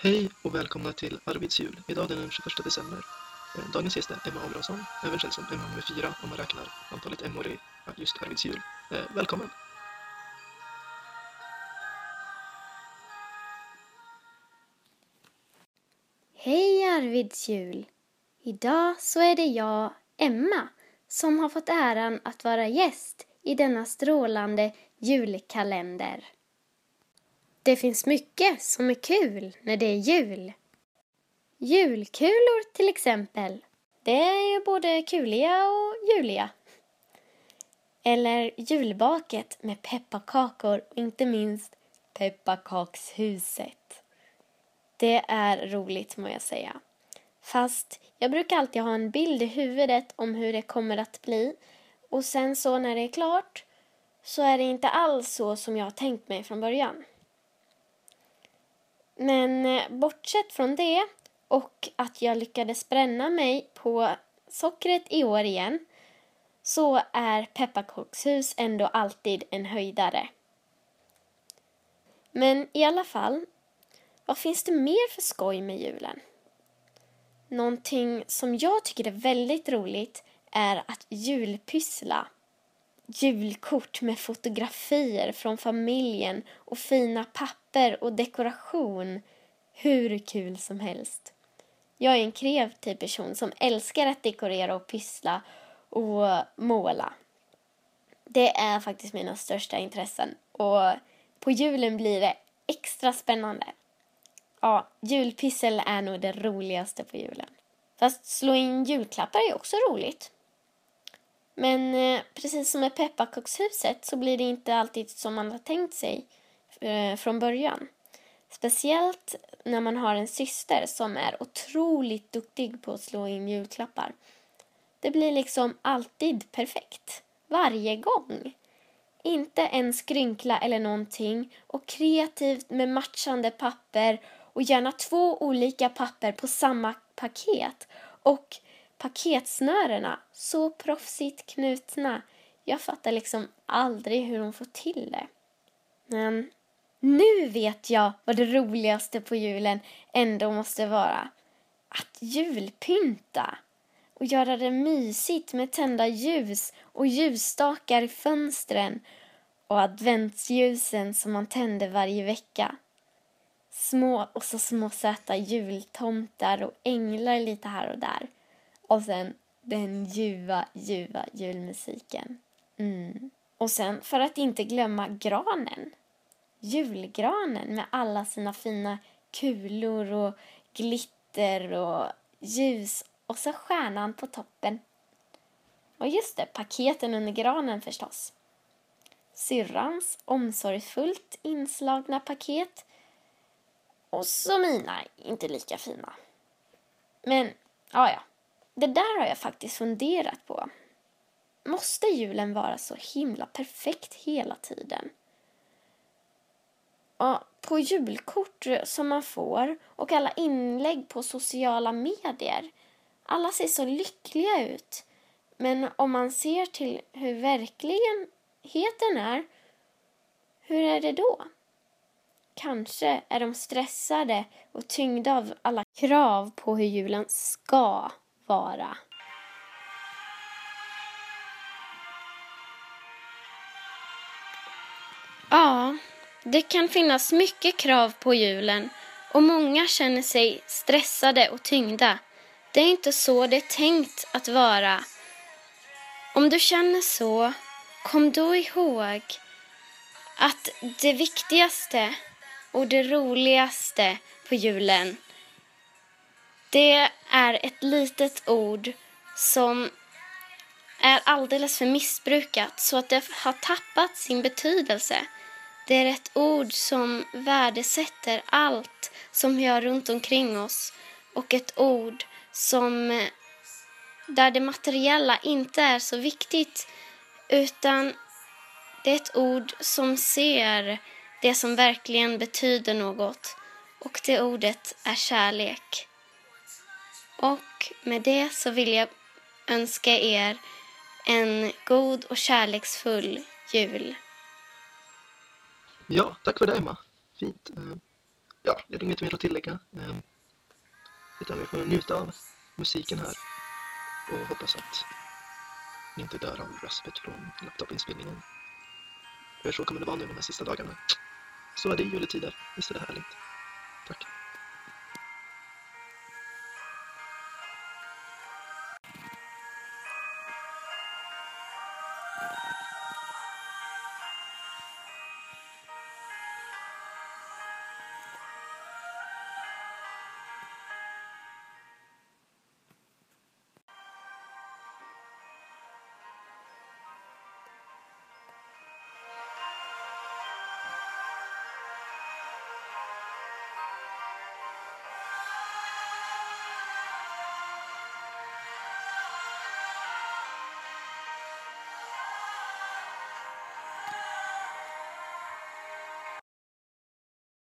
Hej och välkomna till Arvids jul. Idag är den 21 december. Dagens gäst är Emma Abrahamsson, även känd som Emma med 4 om man räknar antalet emmor i just Arvids jul. Välkommen! Hej Arvids jul! Idag så är det jag, Emma, som har fått äran att vara gäst i denna strålande julkalender. Det finns mycket som är kul när det är jul. Julkulor till exempel. Det är ju både kuliga och juliga. Eller julbaket med pepparkakor och inte minst pepparkakshuset. Det är roligt må jag säga. Fast jag brukar alltid ha en bild i huvudet om hur det kommer att bli. Och sen så när det är klart så är det inte alls så som jag har tänkt mig från början. Men bortsett från det och att jag lyckades bränna mig på sockret i år igen så är pepparkakshus ändå alltid en höjdare. Men i alla fall, vad finns det mer för skoj med julen? Någonting som jag tycker är väldigt roligt är att julpyssla. Julkort med fotografier från familjen och fina papper och dekoration. Hur kul som helst. Jag är en kreativ person som älskar att dekorera och pyssla och måla. Det är faktiskt mina största intressen och på julen blir det extra spännande. Ja, julpyssel är nog det roligaste på julen. Fast slå in julklappar är också roligt. Men precis som med pepparkakshuset så blir det inte alltid som man har tänkt sig från början. Speciellt när man har en syster som är otroligt duktig på att slå in julklappar. Det blir liksom alltid perfekt. Varje gång. Inte en skrynkla eller någonting. Och kreativt med matchande papper. Och gärna 2 olika papper på samma paket. Och paketsnörerna så proffsigt knutna. Jag fattar liksom aldrig hur de får till det. Men nu vet jag vad det roligaste på julen ändå måste vara. Att julpynta. Och göra det mysigt med tända ljus och ljusstakar i fönstren. Och adventsljusen som man tänder varje vecka. Små söta jultomtar och änglar lite här och där. Och sen den ljuva julmusiken. Och sen för att inte glömma granen. Julgranen med alla sina fina kulor och glitter och ljus. Och så stjärnan på toppen. Och just det, paketen under granen förstås. Syrrans omsorgsfullt inslagna paket. Och så mina, inte lika fina. Men, ja. Det där har jag faktiskt funderat på. Måste julen vara så himla perfekt hela tiden? Ja, på julkort som man får och alla inlägg på sociala medier. Alla ser så lyckliga ut. Men om man ser till hur verkligheten är, hur är det då? Kanske är de stressade och tyngda av alla krav på hur julen ska vara. Ja, det kan finnas mycket krav på julen och många känner sig stressade och tyngda. Det är inte så det är tänkt att vara. Om du känner så, kom då ihåg att det viktigaste och det roligaste på julen, det är ett litet ord som är alldeles för missbrukat så att det har tappat sin betydelse. Det är ett ord som värdesätter allt som vi har runt omkring oss och ett ord som där det materiella inte är så viktigt utan det är ett ord som ser det som verkligen betyder något och det ordet är kärlek. Och med det så vill jag önska er en god och kärleksfull jul. Ja, tack för det Emma. Fint. Ja, det är inget mer att tillägga. Utan vi får njuta av musiken här och hoppas att ni inte dör av raspet från laptopinspelningen. För så kommer det vara nu de här sista dagarna. Så är det i juletider. Visst är det härligt?